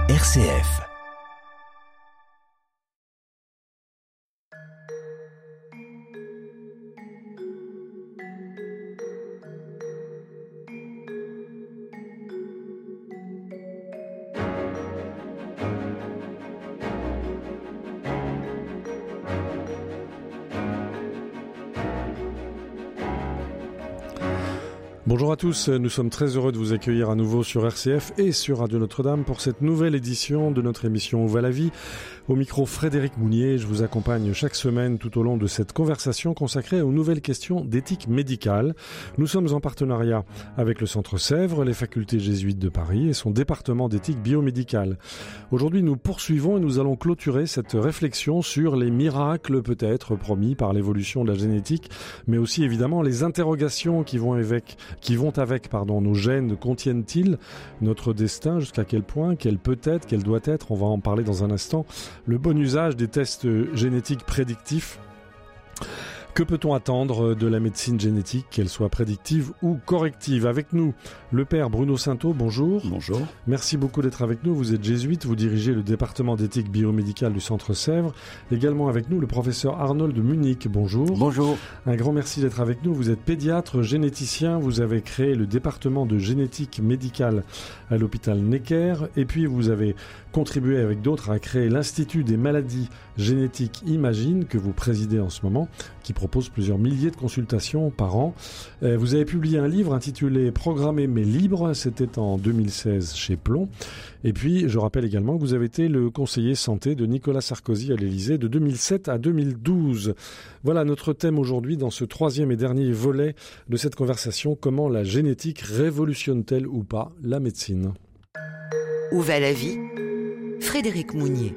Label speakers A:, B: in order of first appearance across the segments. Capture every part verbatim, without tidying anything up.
A: R C F.
B: Bonjour à tous, nous sommes très heureux de vous accueillir à nouveau sur R C F et sur Radio Notre-Dame pour cette nouvelle édition de notre émission Où va la vie ? Au micro Frédéric Mounier, je vous accompagne chaque semaine tout au long de cette conversation consacrée aux nouvelles questions d'éthique médicale. Nous sommes en partenariat avec le Centre Sèvres, les facultés jésuites de Paris et son département d'éthique biomédicale. Aujourd'hui, nous poursuivons et nous allons clôturer cette réflexion sur les miracles peut-être promis par l'évolution de la génétique, mais aussi évidemment les interrogations qui vont avec qui vont avec pardon, nos gènes contiennent-ils notre destin, jusqu'à quel point, quel peut être, quel doit être, on va en parler dans un instant, le bon usage des tests génétiques prédictifs. Que peut-on attendre de la médecine génétique, qu'elle soit prédictive ou corrective ? Avec nous, le père Bruno Sainteau, bonjour.
C: Bonjour. Merci
B: beaucoup d'être avec nous. Vous êtes jésuite, vous dirigez le département d'éthique biomédicale du Centre Sèvres. Également avec nous, le professeur Arnold Munich, bonjour.
C: Bonjour.
B: Un grand merci d'être avec nous. Vous êtes pédiatre, généticien, vous avez créé le département de génétique médicale à l'hôpital Necker. Et puis vous avez contribué avec d'autres à créer l'Institut des maladies génétiques Imagine, que vous présidez en ce moment, qui propose plusieurs milliers de consultations par an. Euh, vous avez publié un livre intitulé « Programmé mais libre », c'était en deux mille seize chez Plomb. Et puis, je rappelle également que vous avez été le conseiller santé de Nicolas Sarkozy à l'Élysée de deux mille sept à deux mille douze. Voilà notre thème aujourd'hui dans ce troisième et dernier volet de cette conversation. Comment la génétique révolutionne-t-elle ou pas la médecine ?
A: Où va la vie ? Frédéric Mounier.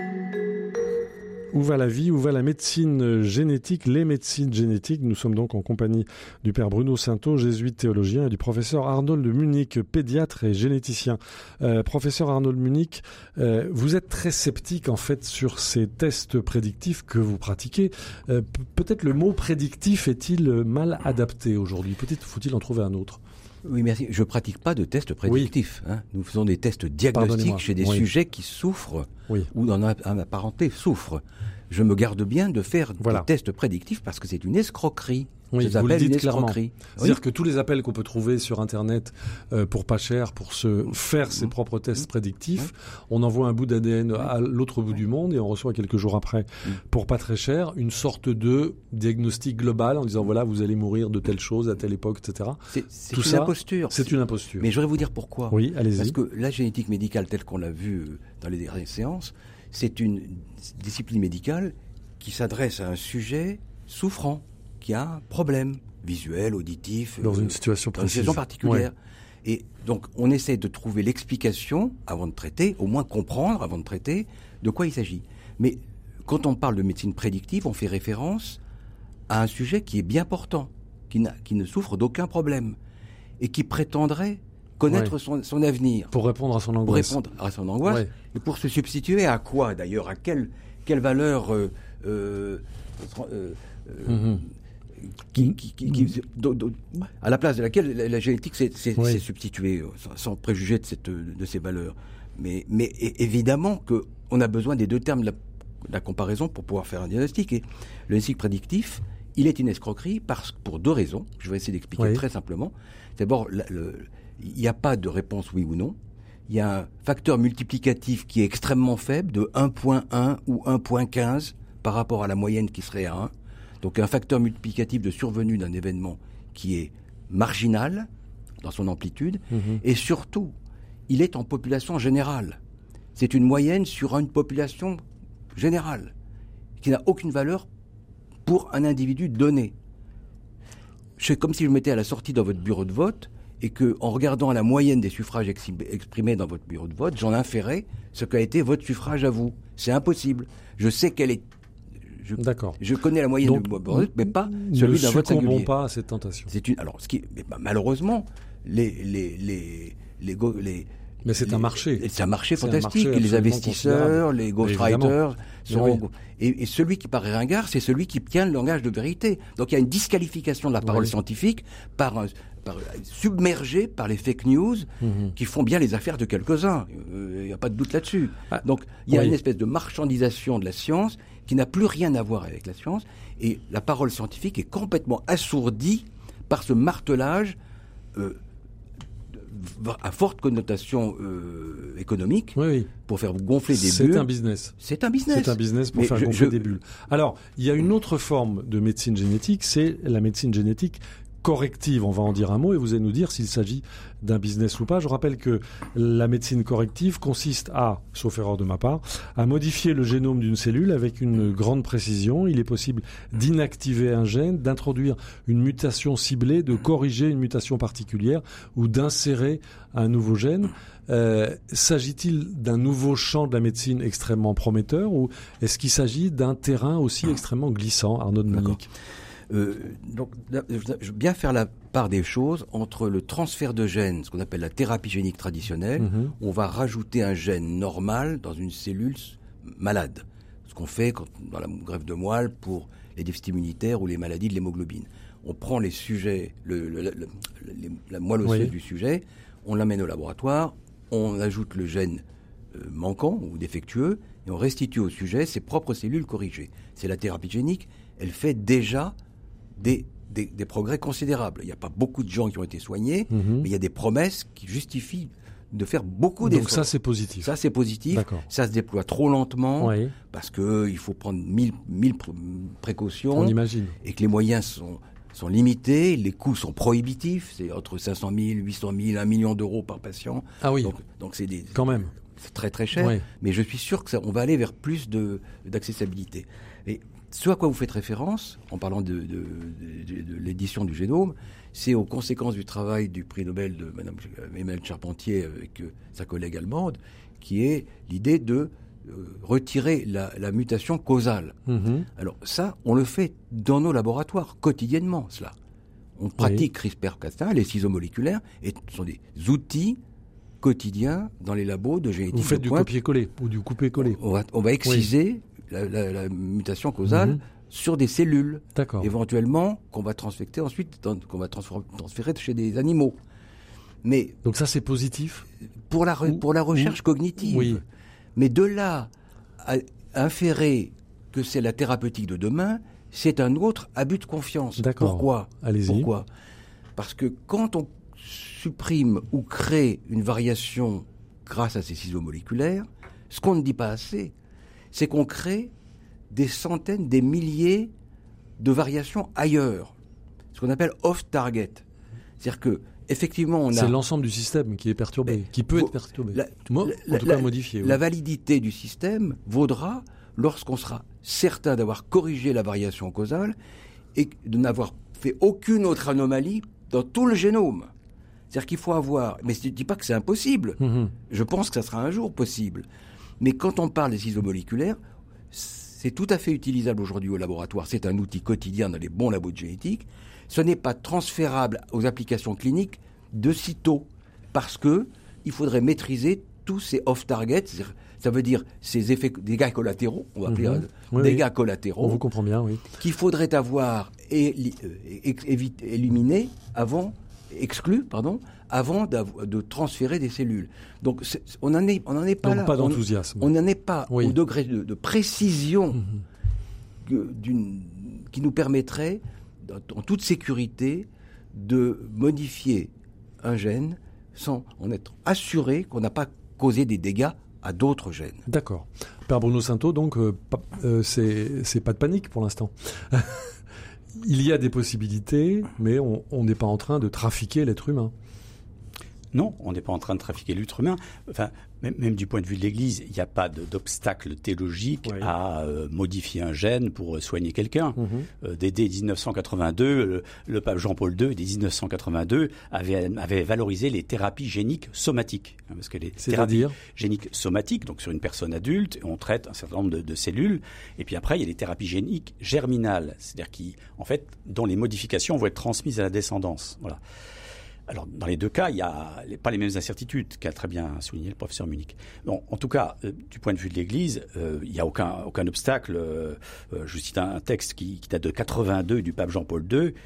B: Où va la vie ? Où va la médecine génétique ? Les médecines génétiques. Nous sommes donc en compagnie du père Bruno Sainteau, jésuite théologien, et du professeur Arnold Munich, pédiatre et généticien. Euh, professeur Arnold Munich, euh, vous êtes très sceptique en fait sur ces tests prédictifs que vous pratiquez. Euh, p- peut-être le mot prédictif est-il mal adapté aujourd'hui ? Peut-être faut-il en trouver un autre.
C: Oui, merci. Je ne pratique pas de tests prédictifs. Oui. Hein. Nous faisons des tests diagnostiques chez des oui. sujets qui souffrent oui. ou dans un apparenté souffrent. Je me garde bien de faire voilà. des tests prédictifs parce que c'est une escroquerie.
B: Oui, vous le dites clairement. C'est-à-dire oui. que tous les appels qu'on peut trouver sur Internet euh, pour pas cher, pour se faire ses propres tests prédictifs, on envoie un bout d'A D N à l'autre bout du monde et on reçoit quelques jours après, pour pas très cher, une sorte de diagnostic global en disant voilà, vous allez mourir de telle chose à telle époque, et cetera.
C: C'est, c'est
B: Tout
C: une
B: ça,
C: imposture.
B: C'est une imposture.
C: Mais je voudrais vous dire pourquoi.
B: Oui, allez-y.
C: Parce que la génétique médicale telle qu'on l'a vue dans les dernières séances, c'est une discipline médicale qui s'adresse à un sujet souffrant, qui a un problème visuel, auditif,
B: dans euh, une situation
C: dans une situation particulière. Ouais. Et donc, on essaie de trouver l'explication avant de traiter, au moins comprendre avant de traiter de quoi il s'agit. Mais quand on parle de médecine prédictive, on fait référence à un sujet qui est bien portant, qui, n'a, qui ne souffre d'aucun problème et qui prétendrait connaître ouais. son, son avenir.
B: Pour répondre à son angoisse.
C: Pour répondre à son angoisse.
B: Ouais.
C: Et pour se substituer à quoi, d'ailleurs ? À quelle, quelle valeur euh, euh, euh, euh, mm-hmm. Qui, qui, qui, qui, do, do, à la place de laquelle la, la génétique s'est, s'est, oui. s'est substituée, sans, sans préjuger de, cette, de ces valeurs. Mais, mais évidemment qu'on a besoin des deux termes de la, de la comparaison pour pouvoir faire un diagnostic. Et le diagnostic prédictif, il est une escroquerie parce, pour deux raisons. Je vais essayer d'expliquer oui. très simplement. D'abord, la, le, il n'y a pas de réponse oui ou non. Il y a un facteur multiplicatif qui est extrêmement faible, de un virgule un ou un virgule quinze par rapport à la moyenne qui serait à un. Donc un facteur multiplicatif de survenue d'un événement qui est marginal dans son amplitude, mmh. et surtout, il est en population générale. C'est une moyenne sur une population générale, qui n'a aucune valeur pour un individu donné. C'est comme si je me mettais à la sortie dans votre bureau de vote, et que, en regardant la moyenne des suffrages ex- exprimés dans votre bureau de vote, j'en inférais ce qu'a été votre suffrage à vous. C'est impossible. Je sais quelle est Je,
B: D'accord.
C: Je connais la moyenne
B: Donc,
C: de Bordeaux, mais pas celui d'un vote singulier.
B: Ne succombons pas à cette tentation.
C: C'est une, alors, ce qui, mais, bah, malheureusement, les, les, les, les, go, les
B: mais c'est
C: les,
B: un marché.
C: C'est un marché
B: c'est
C: fantastique.
B: Un marché
C: les investisseurs, les ghostwriters sont. Et, et celui qui paraît ringard, c'est celui qui tient le langage de vérité. Donc il y a une disqualification de la parole oui. scientifique par un, par, submergé par les fake news
B: mmh.
C: qui font bien les affaires de quelques-uns. Il euh, n'y a pas de doute là-dessus.
B: Ah,
C: Donc il y a
B: oui.
C: une espèce de marchandisation de la science qui n'a plus rien à voir avec la science, et la parole scientifique est complètement assourdie par ce martelage euh, à forte connotation euh, économique,
B: oui, oui.
C: pour faire gonfler des
B: C'est
C: bulles.
B: un business.
C: C'est un business.
B: C'est un business pour
C: Mais
B: faire
C: je,
B: gonfler
C: je...
B: des bulles. Alors, il y a une autre forme de médecine génétique, c'est la médecine génétique corrective. On va en dire un mot et vous allez nous dire s'il s'agit d'un business ou pas. Je rappelle que la médecine corrective consiste à, sauf erreur de ma part, à modifier le génome d'une cellule avec une grande précision. Il est possible d'inactiver un gène, d'introduire une mutation ciblée, de corriger une mutation particulière ou d'insérer un nouveau gène. Euh, s'agit-il d'un nouveau champ de la médecine extrêmement prometteur ou est-ce qu'il s'agit d'un terrain aussi extrêmement glissant, Arnaud de Munich ?
C: Euh, donc, je veux bien faire la part des choses entre le transfert de gènes, ce qu'on appelle la thérapie génique traditionnelle, mmh. où on va rajouter un gène normal dans une cellule malade. Ce qu'on fait quand, dans la greffe de moelle pour les déficits immunitaires ou les maladies de l'hémoglobine. On prend les sujets, le, le, le, le, les, la moelle osseuse oui. du sujet, on l'amène au laboratoire, on ajoute le gène euh, manquant ou défectueux et on restitue au sujet ses propres cellules corrigées. C'est la thérapie génique, elle fait déjà Des, des, des progrès considérables. Il n'y a pas beaucoup de gens qui ont été soignés, mmh. mais il y a des promesses qui justifient de faire beaucoup d'efforts.
B: Donc ça, c'est positif.
C: Ça, c'est positif.
B: D'accord.
C: Ça se déploie trop lentement, oui. parce qu'il faut prendre mille, mille précautions.
B: On imagine.
C: Et que les moyens sont, sont limités, les coûts sont prohibitifs. C'est entre cinq cent mille, huit cent mille, un million d'euros par patient.
B: Ah oui,
C: donc, donc c'est des,
B: quand même.
C: C'est très très cher, oui. mais je suis sûr qu'on va aller vers plus de, d'accessibilité. Et ce à quoi vous faites référence, en parlant de, de, de, de l'édition du génome, c'est aux conséquences du travail du prix Nobel de Mme Emmanuelle Charpentier avec euh, sa collègue allemande, qui est l'idée de euh, retirer la, la mutation causale. Mm-hmm. Alors ça, on le fait dans nos laboratoires, quotidiennement, cela. On pratique oui. CRISPR-Cas, les ciseaux moléculaires, et ce sont des outils quotidiens dans les labos de génétique.
B: Vous faites du
C: pointe.
B: copier-coller ou du couper-coller.
C: On va, on va exciser... Oui. La, la, la mutation causale mmh. sur des cellules,
B: D'accord.
C: éventuellement qu'on va transfecter ensuite, dans, qu'on va transférer chez des animaux. Mais
B: donc ça c'est positif
C: pour la re, pour la recherche mmh. cognitive.
B: Oui.
C: Mais de là à inférer que c'est la thérapeutique de demain, c'est un autre abus de confiance.
B: D'accord.
C: Pourquoi ?
B: Allez-y.
C: Pourquoi ? Parce que quand on supprime ou crée une variation grâce à ces ciseaux moléculaires, ce qu'on ne dit pas assez, c'est qu'on crée des centaines, des milliers de variations ailleurs, ce qu'on appelle off-target. C'est-à-dire que effectivement, on a...
B: C'est l'ensemble du système qui est perturbé,
C: Mais
B: qui peut
C: vous,
B: être perturbé.
C: La,
B: Moi,
C: la,
B: en tout
C: la,
B: cas modifié.
C: La
B: oui.
C: validité du système vaudra lorsqu'on sera certain d'avoir corrigé la variation causale et de n'avoir fait aucune autre anomalie dans tout le génome. C'est-à-dire qu'il faut avoir... Mais je ne dis pas que c'est impossible. Mm-hmm. Je pense que ça sera un jour possible. Mais quand on parle des ciseaux moléculaires, c'est tout à fait utilisable aujourd'hui au laboratoire. C'est un outil quotidien dans les bons labos de génétique. Ce n'est pas transférable aux applications cliniques de sitôt, parce que il faudrait maîtriser tous ces off-targets. Ça veut dire ces effets, dégâts collatéraux, on va appeler mmh.
B: oui,
C: dégâts
B: oui.
C: collatéraux.
B: On vous comprend bien, oui.
C: Qu'il faudrait avoir éli, évité, éliminé avant, exclu, pardon, avant de transférer des cellules. Donc, on n'en est, on n'en est pas
B: Donc
C: là.
B: pas d'enthousiasme.
C: On n'en est pas
B: oui.
C: au degré de, de précision mmh. que, d'une, qui nous permettrait, en toute sécurité, de modifier un gène sans en être assuré qu'on n'a pas causé des dégâts à d'autres gènes.
B: D'accord. Père Bruno Sainteau, donc, euh, euh, c'est, c'est pas de panique pour l'instant. Il y a des possibilités, mais on n'est pas en train de trafiquer l'être humain.
D: Non, on n'est pas en train de trafiquer l'être humain. Enfin, même, même du point de vue de l'Église, il n'y a pas de, d'obstacle théologique oui. à euh, modifier un gène pour soigner quelqu'un. Mm-hmm. Euh, dès, dès dix-neuf cent quatre-vingt-deux, le, le pape Jean-Paul deux, dès dix-neuf cent quatre-vingt-deux, avait, avait valorisé les thérapies géniques somatiques. Hein, parce que les
B: C'est-à-dire
D: thérapies géniques somatiques, donc sur une personne adulte, on traite un certain nombre de, de cellules. Et puis après, il y a les thérapies géniques germinales, c'est-à-dire qui, en fait, dont les modifications vont être transmises à la descendance. Voilà. Alors, dans les deux cas, il n'y a pas les mêmes incertitudes qu'a très bien souligné le professeur Munich. Bon, en tout cas, euh, du point de vue de l'Église, euh, il n'y a aucun, aucun obstacle. Euh, euh, je cite un, un texte qui, qui date de quatre-vingt-deux du pape Jean-Paul deux.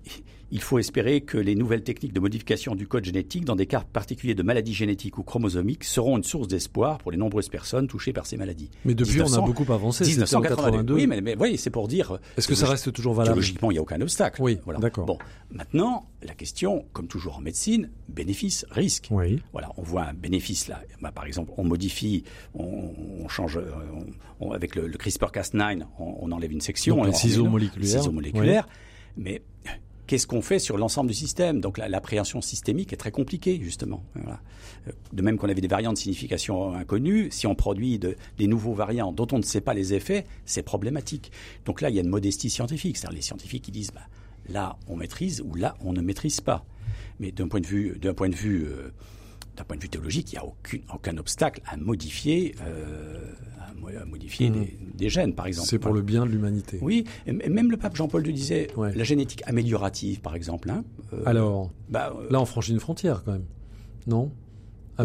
D: il faut espérer que les nouvelles techniques de modification du code génétique dans des cas particuliers de maladies génétiques ou chromosomiques seront une source d'espoir pour les nombreuses personnes touchées par ces maladies.
B: Mais depuis, dix-neuf cents, on a beaucoup avancé.
D: dix-neuf cent quatre-vingt-deux. Oui, mais, mais oui, c'est pour dire...
B: Est-ce que ça reste toujours valable?
D: Logiquement, il n'y a aucun obstacle.
B: Oui,
D: voilà.
B: D'accord.
D: Bon, maintenant, la question, comme toujours en médecine, bénéfice, risque.
B: Oui.
D: Voilà, on voit un bénéfice là. Bah, par exemple, on modifie, on, on change, on, on, avec le, le CRISPR Cas neuf, on, on enlève une section.
B: Donc les ciseaux moléculaires.
D: Ciseaux moléculaires. Oui. Mais qu'est-ce qu'on fait sur l'ensemble du système? Donc la, l'appréhension systémique est très compliquée, justement. Voilà. De même qu'on avait des variants de signification inconnues, si on produit de, des nouveaux variants dont on ne sait pas les effets, c'est problématique. Donc là, il y a une modestie scientifique. C'est-à-dire les scientifiques qui disent, bah, là, on maîtrise ou là, on ne maîtrise pas. Mais d'un point de vue, d'un point de vue, euh, d'un point de vue théologique, il n'y a aucune, aucun obstacle à modifier, euh, à modifier mmh. des, des gènes, par exemple.
B: C'est pour le bien de l'humanité.
D: Oui, et même le pape Jean-Paul deux disait
B: ouais.
D: la génétique améliorative, par exemple. Hein,
B: euh, Alors, bah, euh, là, on franchit une frontière, quand même. Non ? Améliorative ?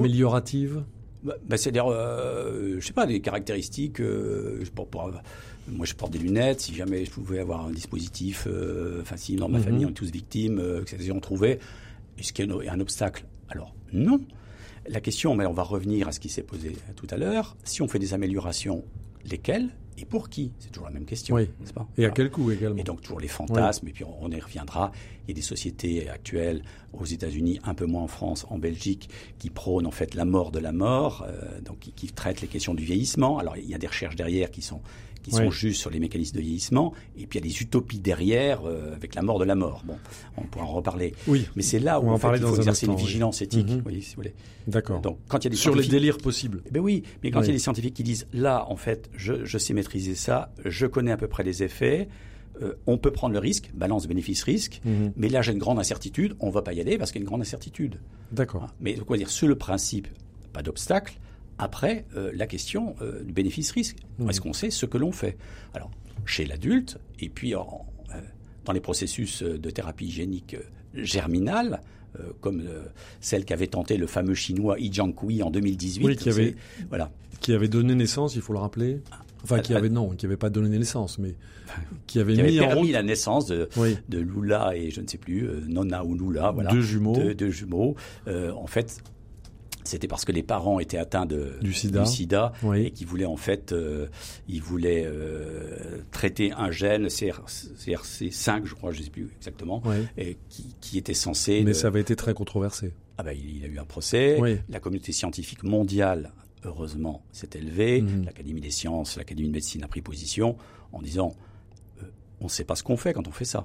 D: bah, bah, C'est-à-dire, euh, je ne sais pas, des caractéristiques. Euh, pour, pour, moi, je porte des lunettes. Si jamais je pouvais avoir un dispositif, euh, enfin, si dans ma mmh. famille, on est tous victimes, euh, que on trouvait, est-ce qu'il y a un obstacle ? Alors, non. La question, mais on va revenir à ce qui s'est posé tout à l'heure, si on fait des améliorations, lesquelles et pour qui? C'est toujours la même question,
B: oui.
D: n'est-ce pas?
B: Et à quel coût également?
D: Et donc toujours les fantasmes, oui. Et puis on, on y reviendra. Il y a des sociétés actuelles aux États-Unis, un peu moins en France, en Belgique, qui prônent en fait la mort de la mort, euh, donc qui, qui traitent les questions du vieillissement. Alors il y a des recherches derrière qui sont qui sont oui. justes sur les mécanismes de vieillissement, et puis il y a des utopies derrière euh, avec la mort de la mort. Bon, on pourra en reparler.
B: Oui.
D: Mais c'est là où en fait, il faut exercer instant, une vigilance oui. éthique,
B: mm-hmm.
D: voyez, si vous voulez.
B: D'accord.
D: Donc quand il y a des
B: sur les délires possibles.
D: Eh ben oui, mais quand
B: oui.
D: il y a des scientifiques qui disent là, en fait, je, je sais maîtriser ça, je connais à peu près les effets. Euh, on peut prendre le risque, balance bénéfice-risque, mm-hmm. mais là j'ai une grande incertitude, on ne va pas y aller parce qu'il y a une grande incertitude.
B: D'accord.
D: Hein, mais quoi dire, sur le principe, pas d'obstacle. Après, euh, la question euh, du bénéfice-risque, mmh. est-ce qu'on sait ce que l'on fait? Alors, chez l'adulte, et puis en, euh, dans les processus de thérapie génique euh, germinale, euh, comme euh, celle qu'avait tenté le fameux chinois Yi Jiankui en deux mille dix-huit.
B: Oui, qui avait,
D: voilà.
B: qui avait donné naissance, il faut le rappeler. Enfin, qui avait, non, qui n'avait pas donné naissance, mais qui avait
D: qui
B: mis
D: avait
B: en
D: permis
B: route
D: la naissance de,
B: oui.
D: de Lula et je ne sais plus, euh, Nonna ou Lula, voilà.
B: Deux jumeaux.
D: Deux, deux jumeaux. Euh, en fait, c'était parce que les parents étaient atteints de,
B: du sida,
D: du sida
B: oui.
D: et qu'ils voulaient en fait, euh, ils voulaient euh, traiter un gène C R C cinq, je crois, je ne sais plus exactement,
B: oui.
D: et qui, qui était censé.
B: Mais
D: de...
B: ça avait été très controversé.
D: Ah ben, il, il a eu un procès.
B: Oui.
D: La communauté scientifique mondiale, heureusement, s'est élevée.
B: Mm-hmm.
D: L'Académie des sciences, l'Académie de médecine a pris position en disant, euh, on ne sait pas ce qu'on fait quand on fait ça.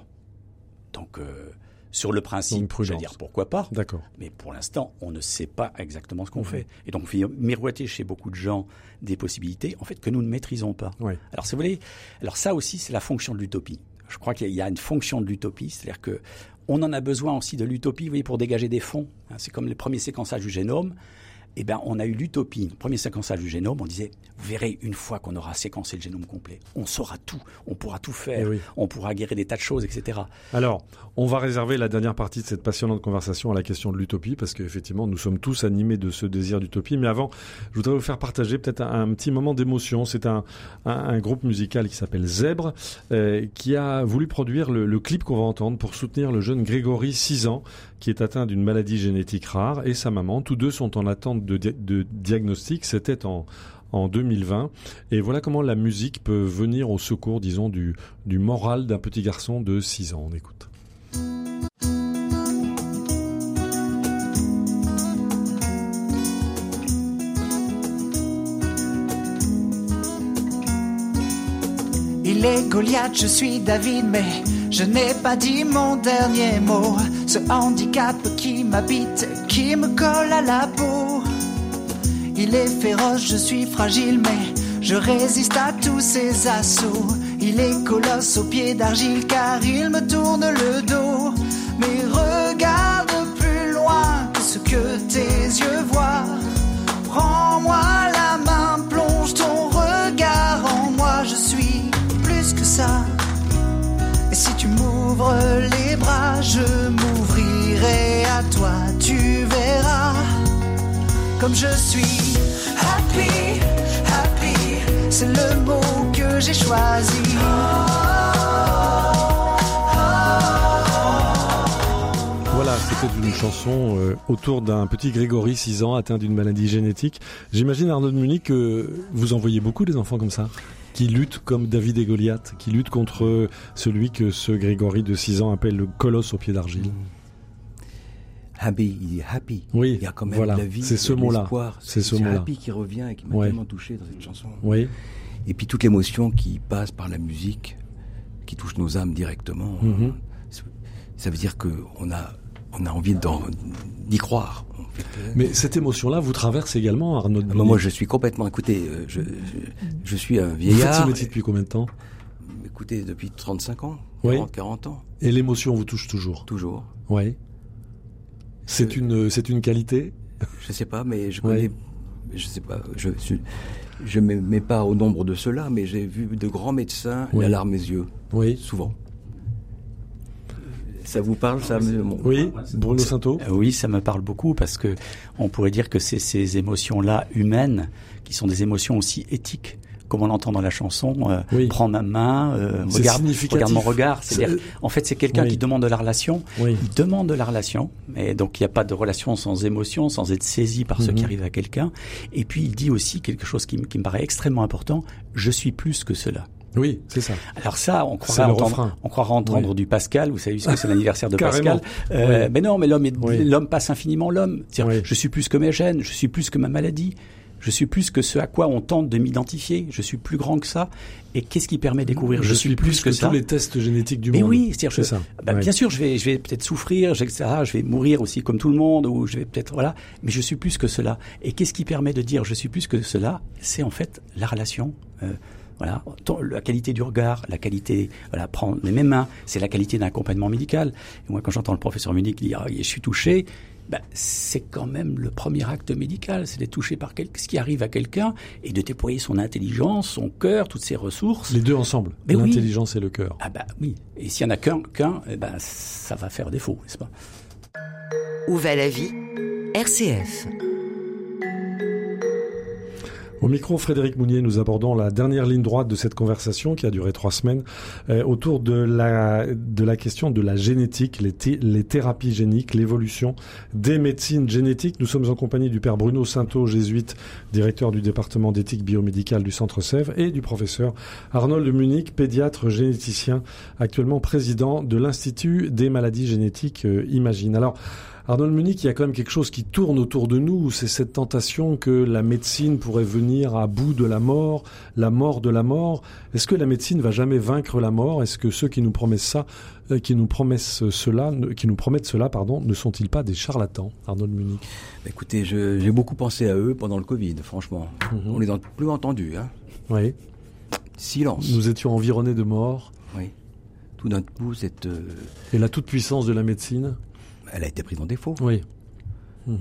D: Donc euh, sur le principe, je veux dire pourquoi pas.
B: D'accord.
D: Mais pour l'instant, on ne sait pas exactement ce qu'on mmh. fait. Et donc, on fait miroiter chez beaucoup de gens des possibilités, en fait, que nous ne maîtrisons pas.
B: Oui.
D: Alors, si vous voulez, alors ça aussi, c'est la fonction de l'utopie. Je crois qu'il y a une fonction de l'utopie, c'est-à-dire que on en a besoin aussi de l'utopie, vous voyez, pour dégager des fonds. C'est comme le premier séquençage du génome. Eh bien, on a eu l'utopie. Le premier séquençage du génome, on disait, vous verrez, une fois qu'on aura séquencé le génome complet, on saura tout, on pourra tout faire, oui. on pourra guérir des tas de choses, et cetera.
B: Alors, on va réserver la dernière partie de cette passionnante conversation à la question de l'utopie, parce qu'effectivement, nous sommes tous animés de ce désir d'utopie. Mais avant, je voudrais vous faire partager peut-être un, un petit moment d'émotion. C'est un, un, un groupe musical qui s'appelle Zèbre, euh, qui a voulu produire le, le clip qu'on va entendre pour soutenir le jeune Grégory, six ans, qui est atteint d'une maladie génétique rare, et sa maman. Tous deux sont en attente de, di- de diagnostic. C'était en, en deux mille vingt. Et voilà comment la musique peut venir au secours, disons, du, du moral d'un petit garçon de six ans. On écoute.
E: Il est Goliath, je suis David, mais je n'ai pas dit mon dernier mot. Ce handicap qui m'habite, qui me colle à la peau. Il est féroce, je suis fragile, mais je résiste à tous ses assauts. Il est colosse aux pieds d'argile, car il me tourne le dos. Mais regarde plus loin que ce que tes yeux voient. Prends-moi la main, plonge ton regard en moi. Je suis plus que ça. Et si tu m'ouvres les bras, je m'ouvrirai à toi. Tu verras comme je suis. Happy, happy, c'est le mot que j'ai choisi. Oh, oh, oh.
B: Voilà, c'était une chanson euh, autour d'un petit Grégory, six ans, atteint d'une maladie génétique. J'imagine, Arnaud de Munich, que vous en voyez beaucoup des enfants comme ça, qui luttent comme David et Goliath, qui luttent contre celui que ce Grégory de six ans appelle le colosse au pied d'argile.
C: Happy, il est happy.
B: Oui,
C: il y a quand même
B: voilà,
C: la vie,
B: c'est ce mot-là.
C: C'est,
B: c'est ce
C: c'est
B: mot-là.
C: Happy qui revient et qui m'a
B: ouais.
C: tellement touché dans cette chanson.
B: Oui.
C: Et puis toute l'émotion qui passe par la musique, qui touche nos âmes directement.
B: Mm-hmm.
C: Ça veut dire qu'on a, on a envie d'en, d'y croire.
B: Mais cette émotion-là vous traverse également, Arnaud de Munich.
C: Ah, moi, je suis complètement... Écoutez, je, je, je suis un vieillard.
B: Vous faites ce métier depuis combien de temps ?
C: Écoutez, depuis trente-cinq ans,
B: oui.
C: quarante, quarante ans.
B: Et l'émotion vous touche toujours ?
C: Toujours.
B: Oui. C'est
C: je,
B: une, c'est une qualité ?
C: Je sais pas, mais je connais... Oui. Je sais pas, je suis... Je ne me mets pas au nombre de ceux-là, mais j'ai vu de grands médecins, oui. la larme aux yeux.
B: Oui.
C: Souvent. Ça vous parle, ça bon.
B: Oui, Bruno Sainteau.
D: Euh, oui, ça me parle beaucoup parce que on pourrait dire que c'est ces émotions-là humaines qui sont des émotions aussi éthiques. Comme on l'entend dans la chanson, euh, oui. prends ma main, euh, regarde, regarde mon regard. C'est-à-dire, c'est... en fait, c'est quelqu'un oui. qui demande de la relation. Oui. Il demande de la relation, et donc il n'y a pas de relation sans émotion, sans être saisi par mm-hmm. ce qui arrive à quelqu'un. Et puis il dit aussi quelque chose qui, qui me paraît extrêmement important. Je suis plus que cela.
B: Oui, c'est ça.
D: Alors ça, on croira entendre, on croira entendre oui. du Pascal. Vous savez, puisque c'est l'anniversaire de Pascal. Euh, oui. Mais non, mais l'homme, est, oui. l'homme passe infiniment l'homme. Oui. Je suis plus que mes gènes, je suis plus que ma maladie. Je suis plus que ce à quoi on tente de m'identifier. Je suis plus grand que ça. Et qu'est-ce qui permet de découvrir je,
B: je
D: suis
B: suis
D: plus,
B: plus que,
D: que ça.
B: Tous les tests génétiques du
D: mais
B: monde.
D: Oui, c'est-à-dire,
B: c'est
D: je,
B: ça.
D: Bah,
B: ouais.
D: Bien sûr, je vais, je vais peut-être souffrir, et cetera. Je vais mourir aussi comme tout le monde, ou je vais peut-être voilà. Mais je suis plus que cela. Et qu'est-ce qui permet de dire je suis plus que cela ? C'est en fait la relation. Euh, Voilà, la qualité du regard, la qualité, voilà, prendre les mêmes mains, c'est la qualité d'un accompagnement médical. Et moi, quand j'entends le professeur Munich dire ah, « je suis touché », ben, c'est quand même le premier acte médical, c'est d'être touché par quel... ce qui arrive à quelqu'un et de déployer son intelligence, son cœur, toutes ses ressources.
B: Les deux ensemble,
D: mais
B: l'intelligence
D: oui.
B: et le cœur.
D: Ah ben oui, et s'il y en a qu'un, qu'un, eh ben ça va faire défaut, n'est-ce pas ?
A: Où va la vie ? R C F.
B: Au micro, Frédéric Mounier, nous abordons la dernière ligne droite de cette conversation qui a duré trois semaines euh, autour de la, de la question de la génétique, les, thé, les thérapies géniques, l'évolution des médecines génétiques. Nous sommes en compagnie du père Bruno Sainteau, jésuite, directeur du département d'éthique biomédicale du Centre Sèvres, et du professeur Arnold de Munich, pédiatre généticien, actuellement président de l'Institut des maladies génétiques euh, Imagine. Alors, Arnaud de Munich, il y a quand même quelque chose qui tourne autour de nous, c'est cette tentation que la médecine pourrait venir à bout de la mort, la mort de la mort. Est-ce que la médecine va jamais vaincre la mort ? Est-ce que ceux qui nous promettent ça, euh, qui nous promettent cela, qui nous promettent cela, pardon, ne sont-ils pas des charlatans, Arnaud de Munich ?
C: Écoutez, je, j'ai beaucoup pensé à eux pendant le Covid, franchement. Mm-hmm. On les a plus entendus, hein.
B: Oui.
C: Silence.
B: Nous étions environnés de morts.
C: Oui. Tout d'un coup, cette... Euh...
B: Et la toute-puissance de la médecine ?
C: Elle a été prise en défaut.
B: Oui. Mmh.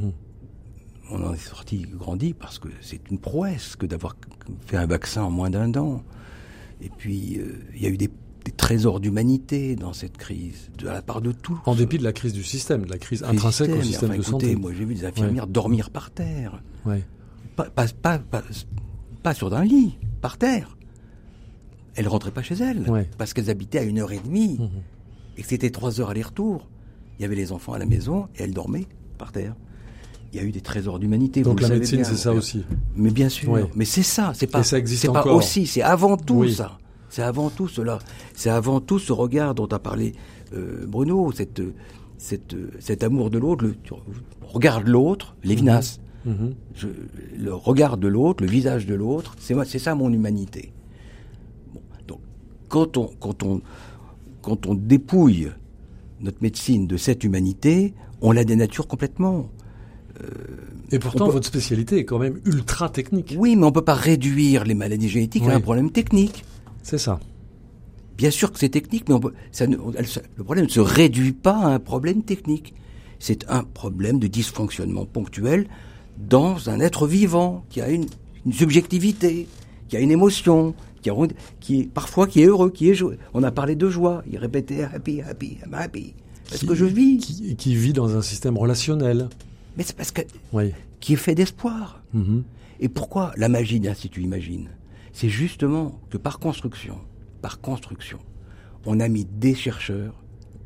C: On en est sorti grandi parce que c'est une prouesse que d'avoir fait un vaccin en moins d'un an. Et puis, euh, il y a eu des, des trésors d'humanité dans cette crise, de la part de tous.
B: En dépit de la crise du système, de la crise intrinsèque système, au système
C: enfin,
B: de
C: écoutez,
B: santé.
C: Moi, j'ai vu des infirmières ouais. dormir par terre.
B: Ouais.
C: Pas, pas, pas, pas, pas sur un lit, par terre. Elles ne rentraient pas chez elles ouais. parce qu'elles habitaient à une heure et demie mmh. et que c'était trois heures aller-retour. Il y avait les enfants à la maison et elles dormaient par terre. Il y a eu des trésors d'humanité.
B: Donc
C: vous
B: la
C: le
B: médecine,
C: bien,
B: c'est ça aussi.
C: Mais bien sûr. Ouais. Mais c'est ça. C'est pas.
B: Et ça existe
C: c'est
B: encore.
C: pas aussi. C'est avant tout
B: oui.
C: ça. C'est avant tout cela. C'est avant tout ce regard dont a parlé euh, Bruno. Cette, cette, cet amour de l'autre. Le, regarde l'autre. Lévinas. Mmh. Mmh. Je, le regard de l'autre, le visage de l'autre. C'est c'est ça mon humanité. Bon, donc quand on quand on quand on dépouille notre médecine de cette humanité, on la dénature complètement.
B: Euh, Et pourtant, peut... votre spécialité est quand même ultra technique.
C: Oui, mais on ne peut pas réduire les maladies génétiques oui. à un problème technique.
B: C'est ça.
C: Bien sûr que c'est technique, mais on peut, ça ne, elle, le problème ne se réduit pas à un problème technique. C'est un problème de dysfonctionnement ponctuel dans un être vivant qui a une, une subjectivité, qui a une émotion, qui, a, qui est parfois qui est heureux, qui est joyeux. On a parlé de joie, il répétait happy, happy, I'm happy. Parce qui, que je vis.
B: Qui, qui vit dans un système relationnel.
C: Mais c'est parce que
B: oui.
C: qui est fait d'espoir.
B: Mm-hmm.
C: Et pourquoi la magie de l'Institut Imagine ? C'est justement que par construction, par construction, on a mis des chercheurs,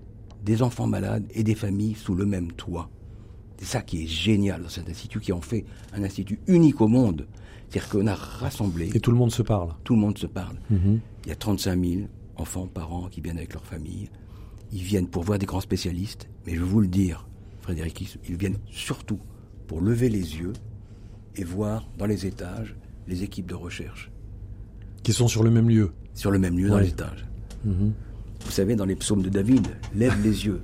C: des enfants malades et des familles sous le même toit. C'est ça qui est génial dans cet institut, qui en fait un institut unique au monde. C'est-à-dire qu'on a rassemblé...
B: Et tout le monde se parle.
C: Tout le monde se parle.
B: Mm-hmm.
C: Il y a trente-cinq mille enfants par an qui viennent avec leur famille. Ils viennent pour voir des grands spécialistes. Mais je vais vous le dire, Frédéric, ils viennent surtout pour lever les yeux et voir dans les étages les équipes de recherche.
B: Qui sont sur le même lieu.
C: Sur le même lieu, ouais. Dans les étages.
B: Mm-hmm.
C: Vous savez, dans les psaumes de David, lève les yeux.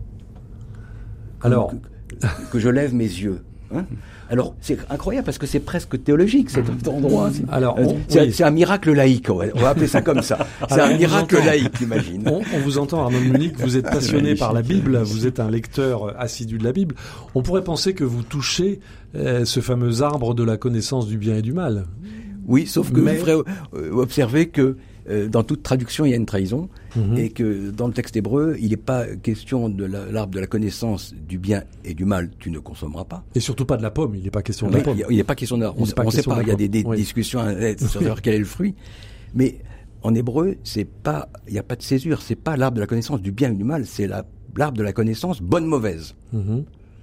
B: Alors...
C: Que, que, que je lève mes yeux. Hein? Alors, c'est incroyable parce que c'est presque théologique cet endroit. C'est,
B: Alors, on,
C: c'est,
B: oui.
C: c'est un miracle laïque, on va, on va appeler ça comme ça. C'est Alors, un miracle entend, laïque, imagine.
B: On, on vous entend, Arnaud Munich, vous êtes passionné par la Bible, vous êtes un lecteur assidu de la Bible. On pourrait penser que vous touchez euh, ce fameux arbre de la connaissance du bien et du mal.
C: Oui, sauf que
B: Mais...
C: vous ferez euh, observer que euh, dans toute traduction, il y a une trahison, mmh. et que dans le texte hébreu, il n'est pas question de la, l'arbre de la connaissance du bien et du mal, tu ne consommeras pas.
B: Et surtout pas de la pomme, il n'est pas question de
C: oui,
B: la pomme.
C: Il n'est pas question de l'arbre, on ne sait pas, il y a des, des oui. discussions sur savoir quel est le fruit, mais en hébreu, c'est pas, il n'y a pas de césure, c'est pas l'arbre de la connaissance du bien et du mal, c'est la, l'arbre de la connaissance bonne-mauvaise.
B: Mmh.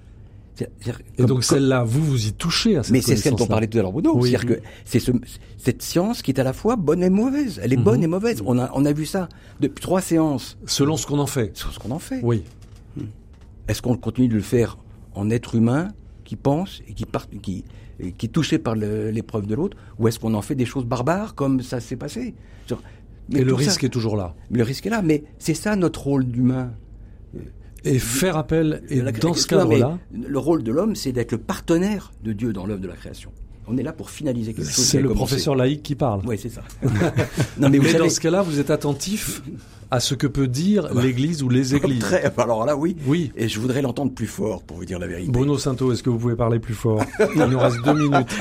B: Et comme, donc celle-là, vous vous y touchez à cette
C: mais c'est celle dont parlait tout à l'heure Bruno.
B: Oui.
C: C'est-à-dire que c'est ce, cette science qui est à la fois bonne et mauvaise. Elle est mmh. bonne et mauvaise. On a, on a vu ça depuis trois séances.
B: Selon ce qu'on en fait.
C: Selon ce qu'on en fait.
B: Oui.
C: Mmh. Est-ce qu'on continue de le faire en être humain qui pense et qui, part, qui, et qui est touché par le, l'épreuve de l'autre, ou est-ce qu'on en fait des choses barbares comme ça s'est passé?
B: Mais et le risque ça, est toujours là.
C: Mais le risque est là. Mais c'est ça notre rôle d'humain.
B: Et faire appel, et
C: la,
B: dans ce cadre-là...
C: Le rôle de l'homme, c'est d'être le partenaire de Dieu dans l'œuvre de la création. On est là pour finaliser quelque chose.
B: C'est le commencé. Professeur laïque qui parle.
C: Oui, c'est ça. non, mais vous
B: mais
C: savez...
B: dans ce cas-là, vous êtes attentif à ce que peut dire l'Église ou les Églises.
C: Très, alors là, oui.
B: Oui.
C: Et je voudrais l'entendre plus fort, pour vous dire la vérité.
B: Bruno Sainteau, est-ce que vous pouvez parler plus fort? Il nous reste deux minutes.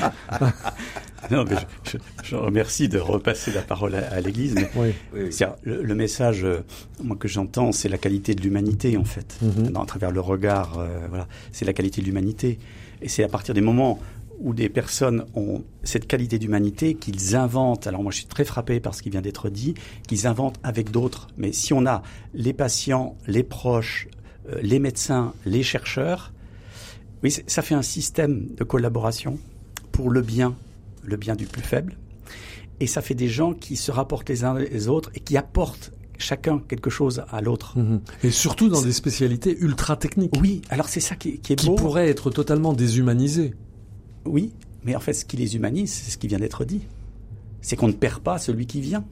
D: Non, mais je, je, je remercie de repasser la parole à, à l'Église. Mais
B: oui.
D: Oui. C'est, le, le message, euh, moi que j'entends, c'est la qualité de l'humanité en fait, mm-hmm. dans, à travers le regard. Euh, voilà, c'est la qualité de l'humanité, et c'est à partir des moments où des personnes ont cette qualité d'humanité qu'ils inventent. Alors moi, je suis très frappé par ce qui vient d'être dit, qu'ils inventent avec d'autres. Mais si on a les patients, les proches, euh, les médecins, les chercheurs, oui, ça fait un système de collaboration pour le bien. le bien du plus faible, et ça fait des gens qui se rapportent les uns les autres et qui apportent chacun quelque chose à l'autre.
B: Mmh. Et surtout dans c'est... des spécialités ultra techniques.
D: Oui, alors c'est ça qui, qui est
B: qui
D: beau.
B: Qui pourraient être totalement déshumanisées.
D: Oui, mais en fait, ce qui les humanise, c'est ce qui vient d'être dit. C'est qu'on ne perd pas celui qui vient.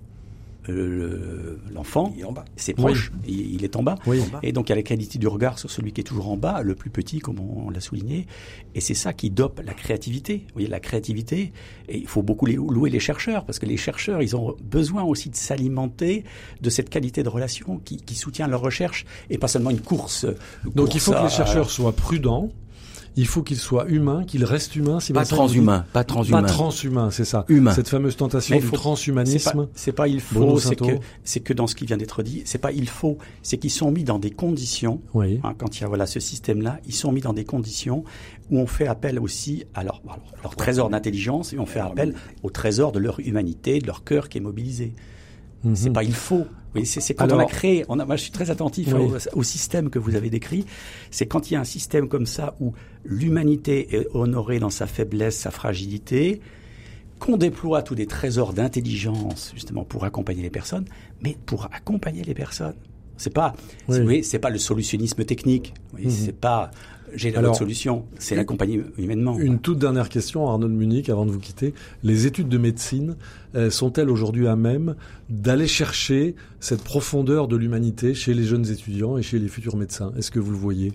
D: Le, l'enfant,
C: il est en bas.
D: C'est proche, oui. il, il est en bas.
B: Oui.
D: Et donc il y a la qualité du regard sur celui qui est toujours en bas, le plus petit, comme on, on l'a souligné. Et c'est ça qui dope la créativité. Vous voyez, la créativité, et il faut beaucoup les, louer les chercheurs, parce que les chercheurs, ils ont besoin aussi de s'alimenter de cette qualité de relation qui, qui soutient leur recherche, et pas seulement une course. Une
B: donc
D: course
B: il faut
D: à,
B: que les chercheurs soient prudents. Il faut qu'il soit humain, qu'il reste humain. Si
C: pas transhumain, pas transhumain.
B: Pas transhumain, c'est ça.
C: Humain.
B: Cette fameuse tentation du transhumanisme.
D: C'est pas, c'est pas il faut, c'est que, c'est que dans ce qui vient d'être dit, c'est pas il faut, c'est qu'ils sont mis dans des conditions,
B: oui.
D: hein, quand il y a voilà, ce système-là, ils sont mis dans des conditions où on fait appel aussi à leur, à leur, leur trésor d'intelligence et on fait appel au trésor de leur humanité, de leur cœur qui est mobilisé. Mm-hmm. C'est pas il faut. Oui, c'est, c'est quand Alors, on a créé. On a, moi, je suis très attentif oui. au, au système que vous avez décrit. C'est quand il y a un système comme ça où l'humanité est honorée dans sa faiblesse, sa fragilité, qu'on déploie tous des trésors d'intelligence justement pour accompagner les personnes, mais pour accompagner les personnes. C'est pas, oui. c'est, oui, c'est pas le solutionnisme technique. Oui, mm-hmm. C'est pas j'ai la bonne solution. C'est une, l'accompagner humainement.
B: Une toute dernière question, Arnaud Munich, avant de vous quitter. Les études de médecine euh, sont-elles aujourd'hui à même d'aller chercher cette profondeur de l'humanité chez les jeunes étudiants et chez les futurs médecins? Est-ce que vous le voyez?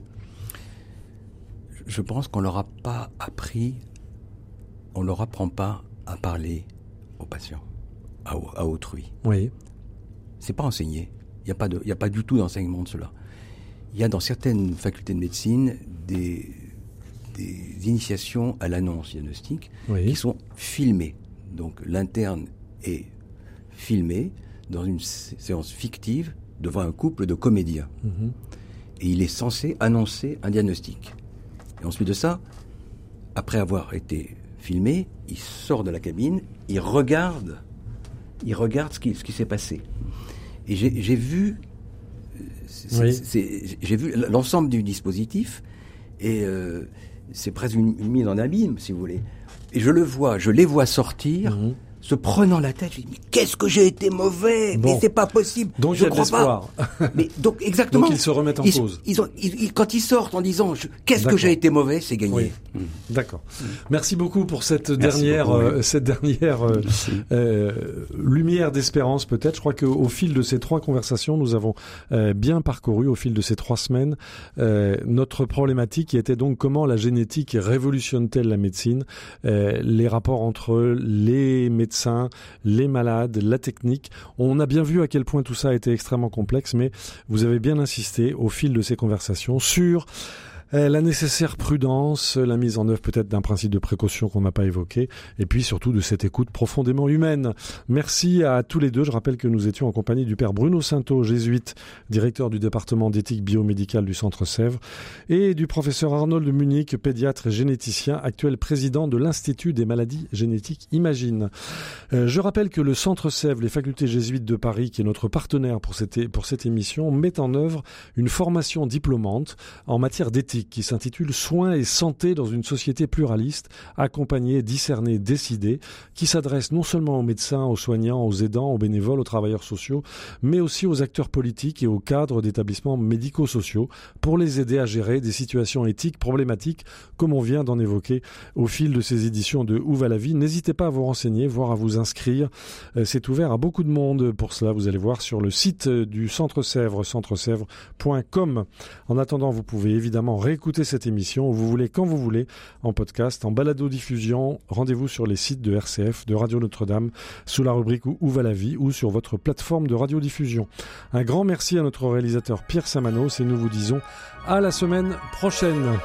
C: Je pense qu'on leur a pas appris, on leur apprend pas à parler aux patients, à, à autrui.
B: Oui.
C: C'est pas enseigné. Il y a pas de, il y a pas du tout d'enseignement de cela. Il y a dans certaines facultés de médecine des, des initiations à l'annonce diagnostique oui. qui sont filmées. Donc l'interne est filmé dans une séance fictive devant un couple de comédiens. Mm-hmm. Et il est censé annoncer un diagnostic. Et ensuite de ça, après avoir été filmé, il sort de la cabine, il regarde, il regarde ce qui, ce qui s'est passé. Et j'ai, j'ai vu c'est,
B: oui.
C: c'est, c'est, j'ai vu l'ensemble du dispositif et euh, c'est presque une, une mise en abîme, si vous voulez. Et je le vois, je les vois sortir, mmh. se prenant la tête. Je dis, mais qu'est-ce que j'ai été mauvais, bon. mais c'est pas possible.
B: Donc
C: je
B: il y a
C: crois
B: de l'espoir.
C: Pas. Mais donc exactement.
B: Donc ils se remettent en
C: ils,
B: cause.
C: Ils ont, ils, ils, quand ils sortent en disant, je, qu'est-ce
B: D'accord.
C: que j'ai été mauvais, c'est gagné.
B: Oui. Mmh. D'accord. Mmh. Merci beaucoup pour cette
D: Merci
B: dernière,
D: beaucoup,
B: euh,
D: oui.
B: cette dernière euh, euh, lumière d'espérance peut-être. Je crois qu'au fil de ces trois conversations, nous avons euh, bien parcouru au fil de ces trois semaines euh, notre problématique qui était donc comment la génétique révolutionne-t-elle la médecine, euh, les rapports entre les médecins, les malades, la technique. On a bien vu à quel point tout ça a été extrêmement complexe, mais vous avez bien insisté au fil de ces conversations sur la nécessaire prudence, la mise en œuvre peut-être d'un principe de précaution qu'on n'a pas évoqué, et puis surtout de cette écoute profondément humaine. Merci à tous les deux. Je rappelle que nous étions en compagnie du père Bruno Sainteau, jésuite, directeur du département d'éthique biomédicale du Centre Sèvres, et du professeur Arnold Munich, pédiatre et généticien, actuel président de l'Institut des maladies génétiques Imagine. Euh, je rappelle que le Centre Sèvres, les facultés jésuites de Paris, qui est notre partenaire pour cette, pour cette émission, met en œuvre une formation diplômante en matière d'éthique qui s'intitule « Soins et santé dans une société pluraliste, accompagner, discerner, décider », qui s'adresse non seulement aux médecins, aux soignants, aux aidants, aux bénévoles, aux travailleurs sociaux, mais aussi aux acteurs politiques et aux cadres d'établissements médico-sociaux pour les aider à gérer des situations éthiques problématiques, comme on vient d'en évoquer au fil de ces éditions de Où va la vie. N'hésitez pas à vous renseigner, voire à vous inscrire. C'est ouvert à beaucoup de monde. Pour cela, vous allez voir sur le site du Centre Sèvres, centre sèvres point com. En attendant, vous pouvez évidemment écoutez cette émission où vous voulez, quand vous voulez, en podcast, en balado-diffusion. Rendez-vous sur les sites de R C F, de Radio Notre-Dame, sous la rubrique Où va la vie ou sur votre plateforme de radiodiffusion. Un grand merci à notre réalisateur Pierre Samanos et nous vous disons à la semaine prochaine.